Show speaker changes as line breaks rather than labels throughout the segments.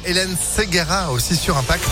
Hélène Seguera aussi sur Impact.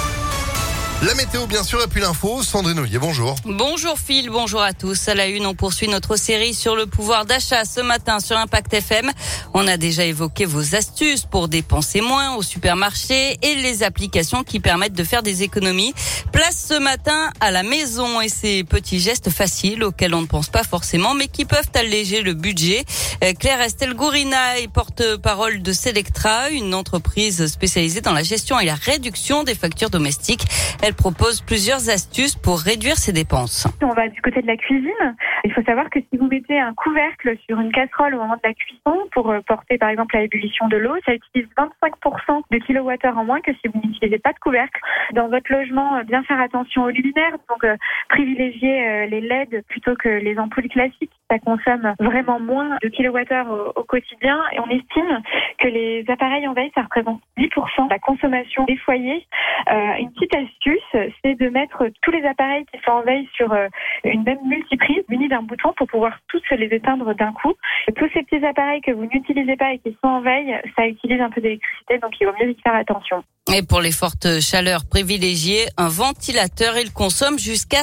La météo bien sûr et puis l'info, Sandrine Ollier, bonjour.
Bonjour Phil, bonjour à tous. À la une, on poursuit notre série sur le pouvoir d'achat ce matin sur Impact FM. On a déjà évoqué vos astuces pour dépenser moins au supermarché et les applications qui permettent de faire des économies. Place ce matin à la maison et ces petits gestes faciles auxquels on ne pense pas forcément mais qui peuvent alléger le budget. Claire Estelle Gourina est porte-parole de Selectra, une entreprise spécialisée dans la gestion et la réduction des factures domestiques. Elle propose plusieurs astuces pour réduire ses dépenses.
On va du côté de la cuisine. Il faut savoir que si vous mettez un couvercle sur une casserole au moment de la cuisson pour porter par exemple à l'ébullition de l'eau, ça utilise 25% de kilowattheure en moins que si vous n'utilisez pas de couvercle. Dans votre logement, bien faire attention aux luminaires, donc privilégier les LED plutôt que les ampoules classiques. Ça consomme vraiment moins de kilowattheure au quotidien et on estime que les appareils en veille, ça représente 10% de la consommation des foyers. Une petite astuce, c'est de mettre tous les appareils qui sont en veille sur une même multiprise munis d'un bouton pour pouvoir tous les éteindre d'un coup. Tous ces petits appareils que vous n'utilisez pas et qui sont en veille, ça utilise un peu d'électricité, donc il vaut mieux y faire attention.
Et pour les fortes chaleurs privilégiées, un ventilateur, il consomme jusqu'à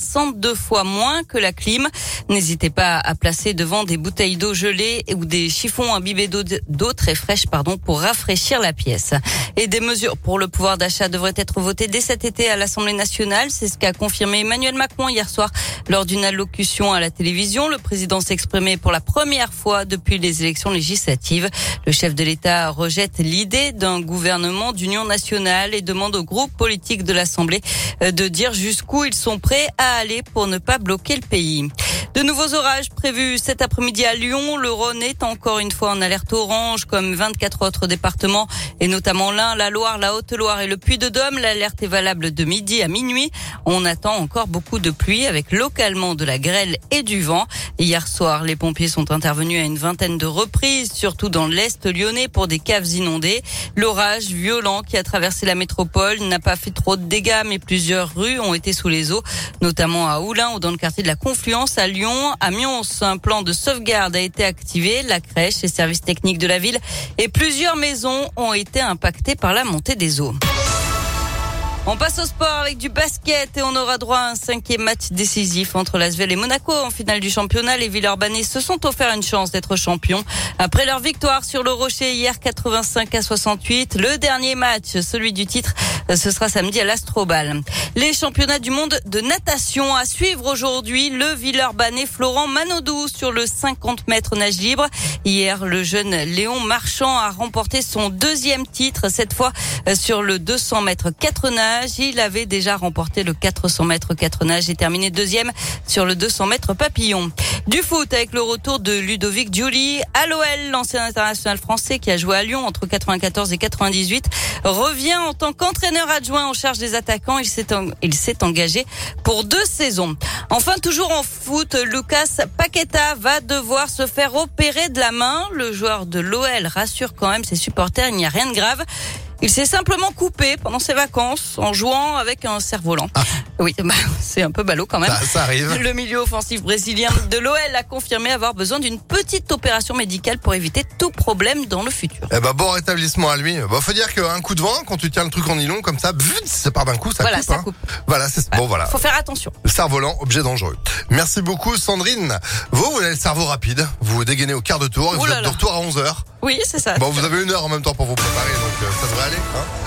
62 fois moins que la clim. N'hésitez pas à placer devant des bouteilles d'eau gelée ou des chiffons imbibés d'eau très fraîche, pour rafraîchir la pièce. Et des mesures pour le pouvoir d'achat devraient être votées dès cet été à l'Assemblée nationale. C'est ce qu'a confirmé Emmanuel Macron hier soir lors d'une allocution à la télévision. Le président s'exprimait pour la première fois depuis les élections législatives. Le chef de l'État rejette l'idée d'un gouvernement d'union nationale et demande aux groupes politiques de l'Assemblée de dire jusqu'où ils sont prêts à aller pour ne pas bloquer le pays. De nouveaux orages prévus cet après-midi à Lyon. Le Rhône est encore une fois en alerte orange, comme 24 autres départements, et notamment l'Ain, la Loire, la Haute-Loire et le Puy-de-Dôme. L'alerte est valable de midi à minuit. On attend encore beaucoup de pluie, avec localement de la grêle et du vent. Hier soir, les pompiers sont intervenus à une vingtaine de reprises, surtout dans l'Est lyonnais, pour des caves inondées. L'orage violent qui a traversé la métropole n'a pas fait trop de dégâts, mais plusieurs rues ont été sous les eaux, notamment à Oulin ou dans le quartier de la Confluence à Lyon. À Mions, un plan de sauvegarde a été activé. La crèche, les services techniques de la ville et plusieurs maisons ont été impactées par la montée des eaux. On passe au sport avec du basket et on aura droit à un 5e match décisif entre l'Asvel et Monaco en finale du championnat. Les Villeurbanais se sont offert une chance d'être champions après leur victoire sur le Rocher hier 85-68. Le dernier match, celui du titre, ce sera samedi à l'Astrobal. Les championnats du monde de natation à suivre aujourd'hui. Le Villeurbanais Florent Manodou sur le 50 mètres nage libre. Hier, le jeune Léon Marchand a remporté son 2e titre, cette fois sur le 200 mètres 4 nages. Il avait déjà remporté le 400 mètres 4 nages et terminé 2e sur le 200 mètres papillon. Du foot avec le retour de Ludovic Giuly à l'OL, l'ancien international français qui a joué à Lyon entre 94 et 98, revient en tant qu'entraîneur adjoint en charge des attaquants. Il s'est engagé pour 2 saisons. Enfin, toujours en foot, Lucas Paqueta va devoir se faire opérer de la main. Le joueur de l'OL rassure quand même ses supporters, il n'y a rien de grave. Il s'est simplement coupé pendant ses vacances en jouant avec un cerf-volant. Ah. Oui, c'est un peu ballot quand même.
Ça arrive.
Le milieu offensif brésilien de l'OL a confirmé avoir besoin d'une petite opération médicale pour éviter tout problème dans le futur.
Bon rétablissement à lui. Faut dire qu'un coup de vent, quand tu tiens le truc en nylon comme ça, ça part d'un coup, ça coupe.
Ça coupe.
Voilà, c'est bon, voilà.
Faut faire attention.
Le cerf-volant, objet dangereux. Merci beaucoup, Sandrine. Vous avez le cerveau rapide. Vous dégainez au quart de tour et vous êtes de retour à 11h.
Oui, c'est ça.
Bon, vous avez 1 heure en même temps pour vous préparer, donc ça devrait aller, hein.